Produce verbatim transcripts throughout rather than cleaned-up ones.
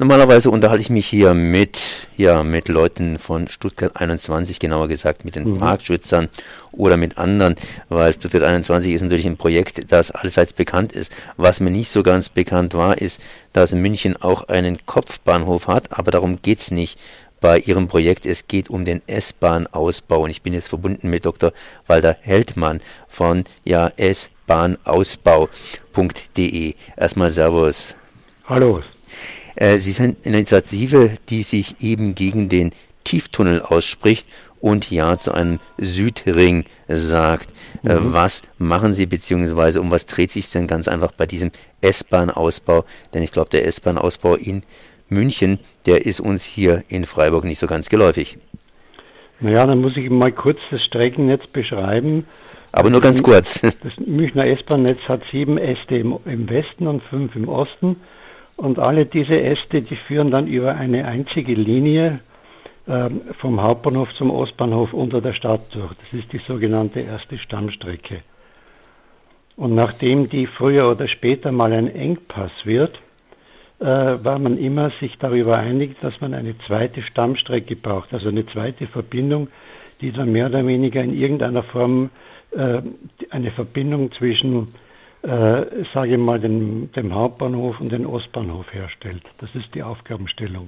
Normalerweise unterhalte ich mich hier mit, ja, mit Leuten von Stuttgart einundzwanzig, genauer gesagt mit den Mhm. Parkschützern oder mit anderen, weil Stuttgart einundzwanzig ist natürlich ein Projekt, das allseits bekannt ist. Was mir nicht so ganz bekannt war, ist, dass München auch einen Kopfbahnhof hat, aber darum geht's nicht bei Ihrem Projekt. Es geht um den S-Bahn-Ausbau und ich bin jetzt verbunden mit Doktor Walter Heldmann von ja, s bahn ausbau punkt de. Erstmal Servus. Hallo. Äh, Sie sind eine Initiative, die sich eben gegen den Tieftunnel ausspricht und ja zu einem Südring sagt. Mhm. Äh, was machen Sie beziehungsweise um was dreht sich denn ganz einfach bei diesem S-Bahn-Ausbau? Denn ich glaube, der S-Bahn-Ausbau in München, der ist uns hier in Freiburg nicht so ganz geläufig. Naja, dann muss ich mal kurz das Streckennetz beschreiben. Aber nur ganz kurz. Das Münchner S-Bahn-Netz hat sieben Äste im, im Westen und fünf im Osten. Und alle diese Äste, die führen dann über eine einzige Linie äh, vom Hauptbahnhof zum Ostbahnhof unter der Stadt durch. Das ist die sogenannte erste Stammstrecke. Und nachdem die früher oder später mal ein Engpass wird, äh, war man immer sich darüber einig, dass man eine zweite Stammstrecke braucht, also eine zweite Verbindung, die dann mehr oder weniger in irgendeiner Form äh, eine Verbindung zwischen Äh, sage ich mal, dem, dem Hauptbahnhof und den Ostbahnhof herstellt. Das ist die Aufgabenstellung.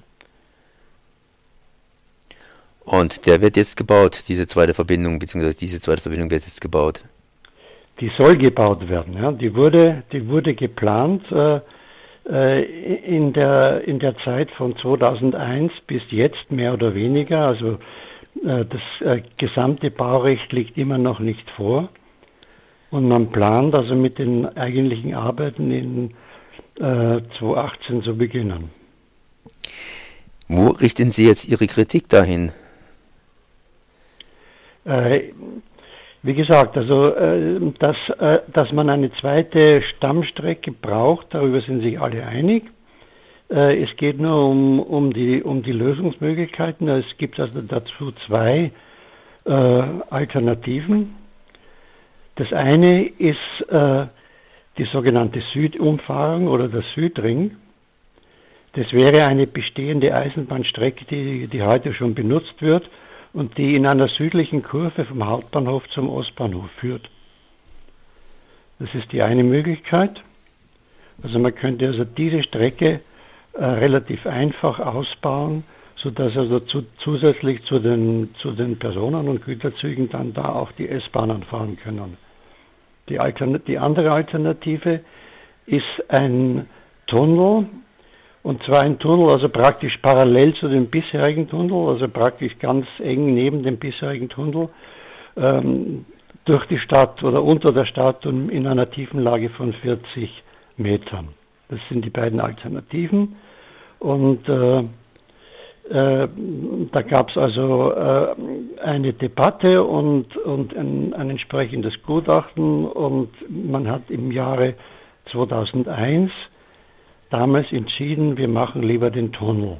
Und der wird jetzt gebaut, diese zweite Verbindung, beziehungsweise diese zweite Verbindung wird jetzt gebaut. Die soll gebaut werden, ja. Die wurde, die wurde geplant äh, in der, in der Zeit von zweitausendeins bis jetzt mehr oder weniger. Also äh, das äh, gesamte Baurecht liegt immer noch nicht vor. Und man plant also mit den eigentlichen Arbeiten in äh, zweitausendachtzehn zu beginnen. Wo richten Sie jetzt Ihre Kritik dahin? Äh, wie gesagt, also äh, dass, äh, dass man eine zweite Stammstrecke braucht, darüber sind sich alle einig. Äh, es geht nur um, um, die, um die Lösungsmöglichkeiten. Es gibt also dazu zwei äh, Alternativen. Das eine ist äh, die sogenannte Südumfahrung oder der Südring. Das wäre eine bestehende Eisenbahnstrecke, die, die heute schon benutzt wird und die in einer südlichen Kurve vom Hauptbahnhof zum Ostbahnhof führt. Das ist die eine Möglichkeit. Also man könnte also diese Strecke äh, relativ einfach ausbauen, sodass also zu, zusätzlich zu den, zu den Personen- und Güterzügen dann da auch die S-Bahnen fahren können. Die, Alternat- die andere Alternative ist ein Tunnel, und zwar ein Tunnel, also praktisch parallel zu dem bisherigen Tunnel, also praktisch ganz eng neben dem bisherigen Tunnel, ähm, durch die Stadt oder unter der Stadt und in einer Tiefenlage von vierzig Metern. Das sind die beiden Alternativen. Und äh, Äh, da gab es also äh, eine Debatte und, und ein, ein entsprechendes Gutachten und man hat im Jahre zweitausendeins damals entschieden, wir machen lieber den Tunnel.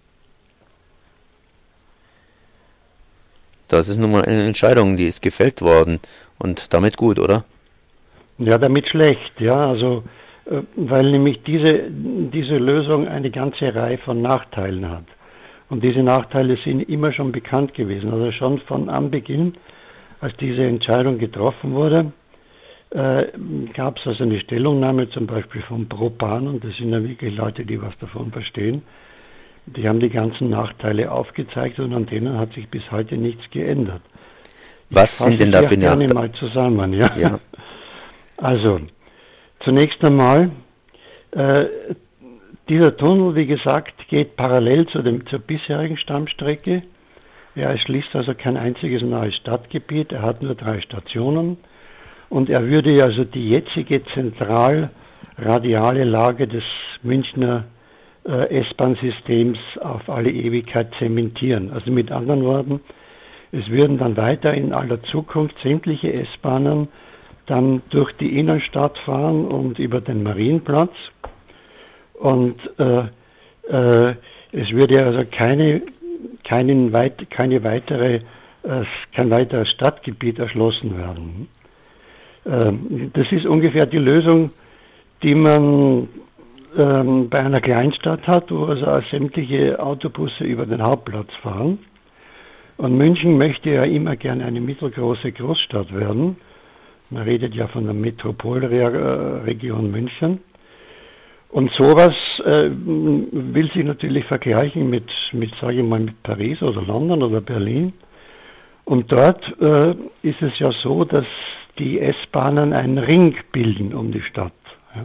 Das ist nun mal eine Entscheidung, die ist gefällt worden und damit gut, oder? Ja, damit schlecht, ja, also äh, weil nämlich diese, diese Lösung eine ganze Reihe von Nachteilen hat. Und diese Nachteile sind immer schon bekannt gewesen. Also schon von Anbeginn, als diese Entscheidung getroffen wurde, äh, gab es also eine Stellungnahme zum Beispiel von Propan, und das sind ja wirklich Leute, die was davon verstehen. Die haben die ganzen Nachteile aufgezeigt und an denen hat sich bis heute nichts geändert. Was sind denn da für Nachteile? Ich mal zusammen, ja. ja. Also, zunächst einmal, äh, dieser Tunnel, wie gesagt, geht parallel zu dem, zur bisherigen Stammstrecke. Er erschließt also kein einziges neues Stadtgebiet, er hat nur drei Stationen und er würde also die jetzige zentralradiale Lage des Münchner äh, S-Bahn-Systems auf alle Ewigkeit zementieren. Also mit anderen Worten, es würden dann weiter in aller Zukunft sämtliche S-Bahnen dann durch die Innenstadt fahren und über den Marienplatz. Und äh, äh, es würde also keine, keinen weit, keine weitere, äh, kein weiteres Stadtgebiet erschlossen werden. Äh, das ist ungefähr die Lösung, die man ähm, bei einer Kleinstadt hat, wo also auch sämtliche Autobusse über den Hauptplatz fahren. Und München möchte ja immer gerne eine mittelgroße Großstadt werden. Man redet ja von der Metropolregion München. Und sowas äh, will sie natürlich vergleichen mit, mit sage ich mal, mit Paris oder London oder Berlin. Und dort äh, ist es ja so, dass die S-Bahnen einen Ring bilden um die Stadt. Ja.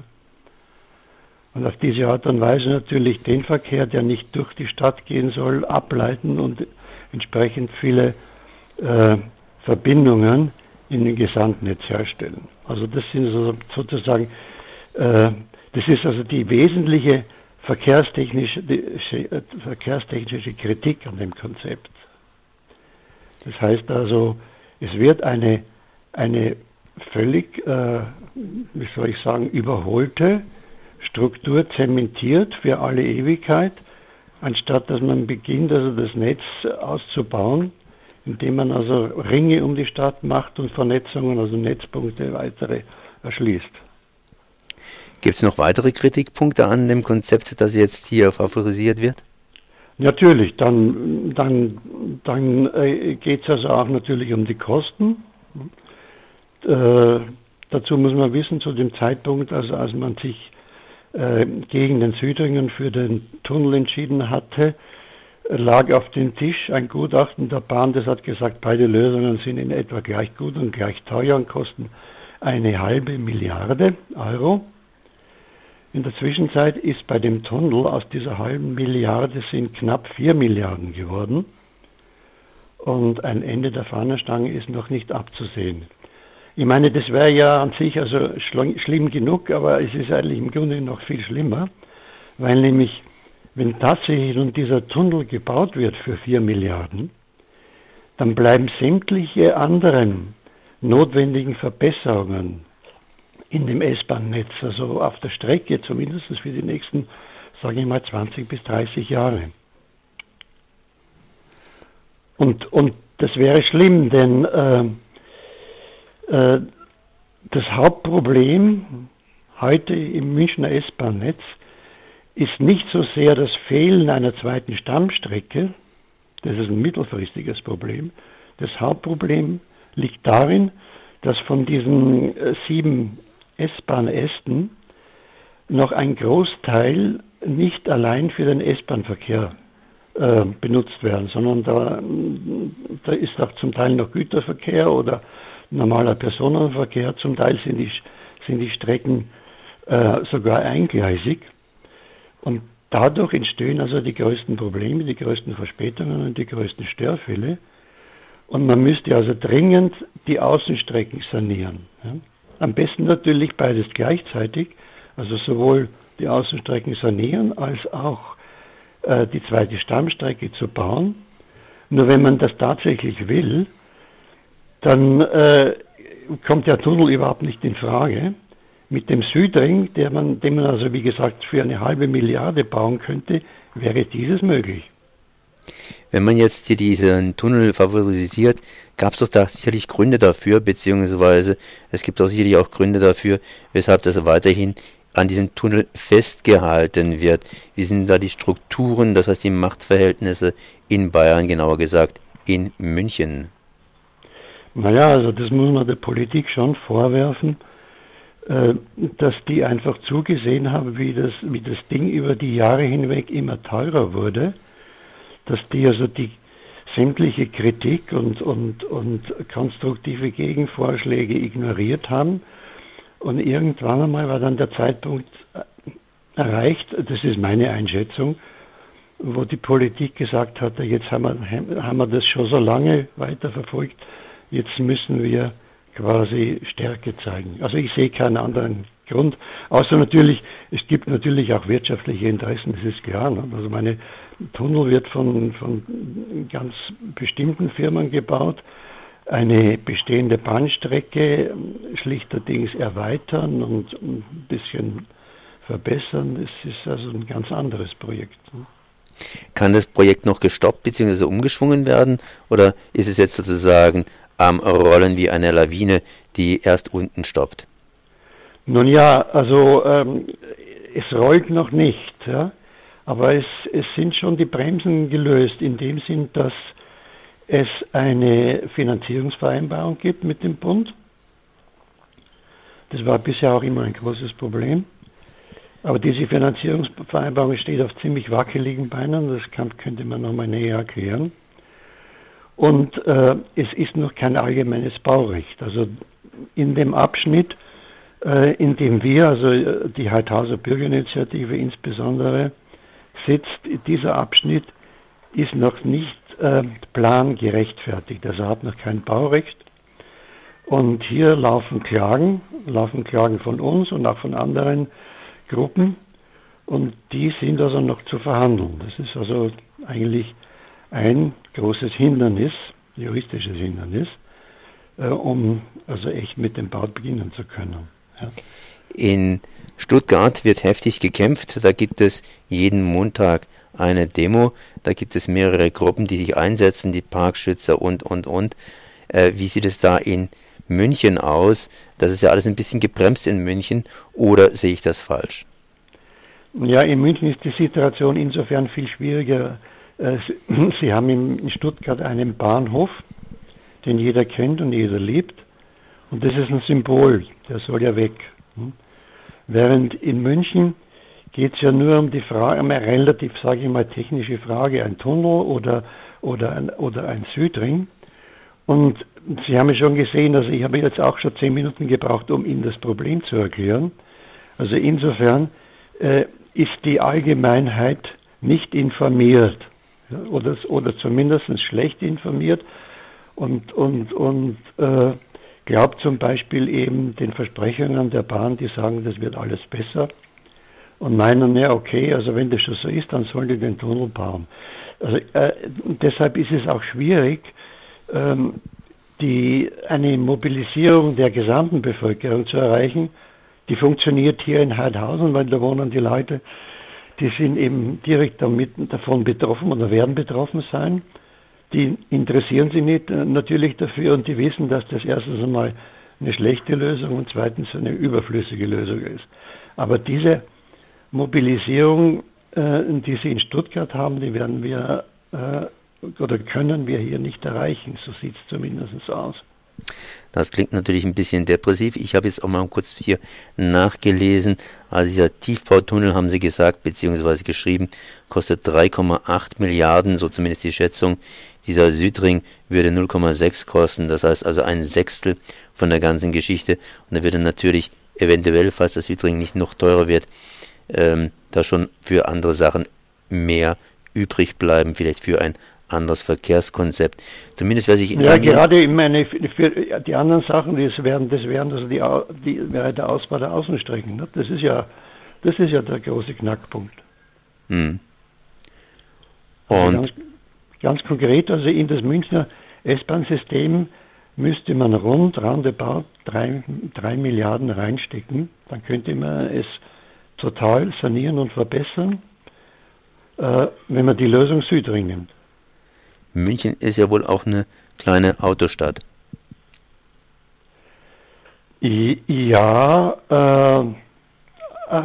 Und auf diese Art und Weise natürlich den Verkehr, der nicht durch die Stadt gehen soll, ableiten und entsprechend viele äh, Verbindungen in den Gesamtnetz herstellen. Also das sind so, sozusagen, äh, das ist also die wesentliche verkehrstechnische, die, äh, verkehrstechnische Kritik an dem Konzept. Das heißt also, es wird eine, eine völlig, äh, wie soll ich sagen, überholte Struktur zementiert für alle Ewigkeit, anstatt dass man beginnt, also das Netz auszubauen, indem man also Ringe um die Stadt macht und Vernetzungen, also Netzpunkte weitere erschließt. Gibt es noch weitere Kritikpunkte an dem Konzept, das jetzt hier favorisiert wird? Natürlich, dann, dann, dann äh, geht es also auch natürlich um die Kosten. Äh, dazu muss man wissen, zu dem Zeitpunkt, also als man sich äh, gegen den Südringen für den Tunnel entschieden hatte, lag auf dem Tisch ein Gutachten der Bahn, das hat gesagt, beide Lösungen sind in etwa gleich gut und gleich teuer und kosten eine halbe Milliarde Euro. In der Zwischenzeit ist bei dem Tunnel aus dieser halben Milliarde sind knapp vier Milliarden geworden und ein Ende der Fahnenstange ist noch nicht abzusehen. Ich meine, das wäre ja an sich also schlimm genug, aber es ist eigentlich im Grunde noch viel schlimmer, weil nämlich, wenn tatsächlich nun dieser Tunnel gebaut wird für vier Milliarden, dann bleiben sämtliche anderen notwendigen Verbesserungen in dem S-Bahn-Netz, also auf der Strecke, zumindest für die nächsten, sage ich mal, zwanzig bis dreißig Jahre. Und, und das wäre schlimm, denn äh, äh, das Hauptproblem heute im Münchner S-Bahn-Netz ist nicht so sehr das Fehlen einer zweiten Stammstrecke, das ist ein mittelfristiges Problem. Das Hauptproblem liegt darin, dass von diesen äh, sieben S-Bahn-Ästen noch ein Großteil nicht allein für den S-Bahn-Verkehr äh, benutzt werden, sondern da, da ist auch zum Teil noch Güterverkehr oder normaler Personenverkehr, zum Teil sind die, sind die Strecken äh, sogar eingleisig und dadurch entstehen also die größten Probleme, die größten Verspätungen und die größten Störfälle und man müsste also dringend die Außenstrecken sanieren. Ja. Am besten natürlich beides gleichzeitig, also sowohl die Außenstrecken sanieren, als auch äh, die zweite Stammstrecke zu bauen. Nur wenn man das tatsächlich will, dann äh, kommt der Tunnel überhaupt nicht in Frage. Mit dem Südring, der man, den man also wie gesagt für eine halbe Milliarde bauen könnte, wäre dieses möglich. Wenn man jetzt hier diesen Tunnel favorisiert, gab es doch da sicherlich Gründe dafür, beziehungsweise es gibt auch sicherlich auch Gründe dafür, weshalb das weiterhin an diesem Tunnel festgehalten wird. Wie sind da die Strukturen, das heißt die Machtverhältnisse in Bayern, genauer gesagt in München? Naja, also das muss man der Politik schon vorwerfen, äh, dass die einfach zugesehen haben, wie das, wie das Ding über die Jahre hinweg immer teurer wurde, dass die also die sämtliche Kritik und, und, und konstruktive Gegenvorschläge ignoriert haben. Und irgendwann einmal war dann der Zeitpunkt erreicht, das ist meine Einschätzung, wo die Politik gesagt hat, jetzt haben wir, haben wir das schon so lange weiterverfolgt, jetzt müssen wir quasi Stärke zeigen. Also ich sehe keinen anderen Grund, außer natürlich, es gibt natürlich auch wirtschaftliche Interessen, das ist klar. Ne? Also meine Tunnel wird von, von ganz bestimmten Firmen gebaut, eine bestehende Bahnstrecke schlichterdings erweitern und ein bisschen verbessern, das ist also ein ganz anderes Projekt. Ne? Kann das Projekt noch gestoppt bzw. umgeschwungen werden oder ist es jetzt sozusagen am Rollen wie eine Lawine, die erst unten stoppt? Nun ja, also ähm, es rollt noch nicht, ja, aber es, es sind schon die Bremsen gelöst, in dem Sinn, dass es eine Finanzierungsvereinbarung gibt mit dem Bund. Das war bisher auch immer ein großes Problem. Aber diese Finanzierungsvereinbarung steht auf ziemlich wackeligen Beinen, das kann, könnte man nochmal näher erklären. Und äh, es ist noch kein allgemeines Baurecht. Also in dem Abschnitt, äh, in dem wir, also die Heidhauser Bürgerinitiative insbesondere, sitzt, dieser Abschnitt ist noch nicht äh, plangerechtfertigt, also hat noch kein Baurecht. Und hier laufen Klagen, laufen Klagen von uns und auch von anderen Gruppen, und die sind also noch zu verhandeln. Das ist also eigentlich ein großes Hindernis, juristisches Hindernis, äh, um also echt mit dem Bau beginnen zu können. Ja. In Stuttgart wird heftig gekämpft, da gibt es jeden Montag eine Demo, da gibt es mehrere Gruppen, die sich einsetzen, die Parkschützer und, und, und. Äh, wie sieht es da in München aus? Das ist ja alles ein bisschen gebremst in München, oder sehe ich das falsch? Ja, in München ist die Situation insofern viel schwieriger. Sie haben in Stuttgart einen Bahnhof, den jeder kennt und jeder liebt, und das ist ein Symbol, der soll ja weg. Während in München geht es ja nur um die Frage, eine relativ, sage ich mal, technische Frage, ein Tunnel oder, oder, ein, oder ein Südring. Und Sie haben ja schon gesehen, also ich habe jetzt auch schon zehn Minuten gebraucht, um Ihnen das Problem zu erklären. Also insofern äh, ist die Allgemeinheit nicht informiert, ja, oder, oder zumindest schlecht informiert, und, und, und äh, glaubt zum Beispiel eben den Versprechungen der Bahn, die sagen, das wird alles besser, und meinen, ja okay, also wenn das schon so ist, dann sollen die den Tunnel bauen. Also äh, deshalb ist es auch schwierig, ähm, die, eine Mobilisierung der gesamten Bevölkerung zu erreichen. Die funktioniert hier in Heidhausen, weil da wohnen die Leute, die sind eben direkt damit, davon betroffen oder werden betroffen sein. Die interessieren sich nicht äh, natürlich dafür, und die wissen, dass das erstens einmal eine schlechte Lösung und zweitens eine überflüssige Lösung ist. Aber diese Mobilisierung, äh, die sie in Stuttgart haben, die werden wir äh, oder können wir hier nicht erreichen. So sieht es zumindest aus. Das klingt natürlich ein bisschen depressiv. Ich habe jetzt auch mal kurz hier nachgelesen. Also dieser Tiefbautunnel, haben Sie gesagt, beziehungsweise geschrieben, kostet drei Komma acht Milliarden, so zumindest die Schätzung. Dieser Südring würde null Komma sechs kosten, das heißt also ein Sechstel von der ganzen Geschichte. Und da würde natürlich eventuell, falls der Südring nicht noch teurer wird, ähm, da schon für andere Sachen mehr übrig bleiben, vielleicht für ein anderes Verkehrskonzept. Zumindest wer sich in ja, gerade ich meine, für die anderen Sachen, das wären, das wären also die, die wäre der Ausbau der Außenstrecken. Ne? Das ist ja, das ist ja der große Knackpunkt. Hm. Und also ganz, ganz konkret, also in das Münchner S-Bahn-System müsste man rund roundabout drei, drei Milliarden reinstecken. Dann könnte man es total sanieren und verbessern, äh, wenn man die Lösung Südring nimmt. München ist ja wohl auch eine kleine Autostadt. Ja, äh, äh,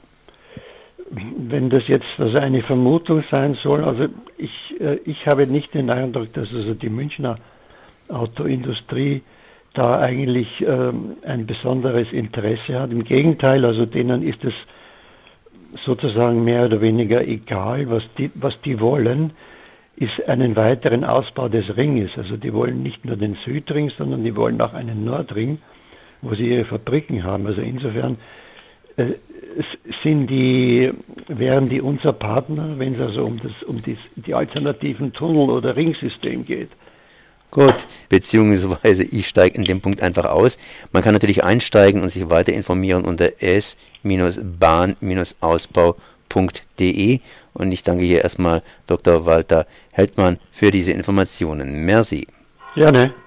wenn das jetzt also eine Vermutung sein soll, also ich, äh, ich habe nicht den Eindruck, dass also die Münchner Autoindustrie da eigentlich äh, ein besonderes Interesse hat. Im Gegenteil, also denen ist es sozusagen mehr oder weniger egal, was die, was die wollen, ist einen weiteren Ausbau des Ringes. Also die wollen nicht nur den Südring, sondern die wollen auch einen Nordring, wo sie ihre Fabriken haben. Also insofern äh, sind die, wären die unser Partner, wenn es also um, das, um die, die alternativen Tunnel- oder Ringsystem geht. Gut, beziehungsweise ich steige in dem Punkt einfach aus. Man kann natürlich einsteigen und sich weiter informieren unter s bahn ausbau punkt de, und ich danke hier erstmal Doktor Walter Heldmann für diese Informationen. Merci. Gerne.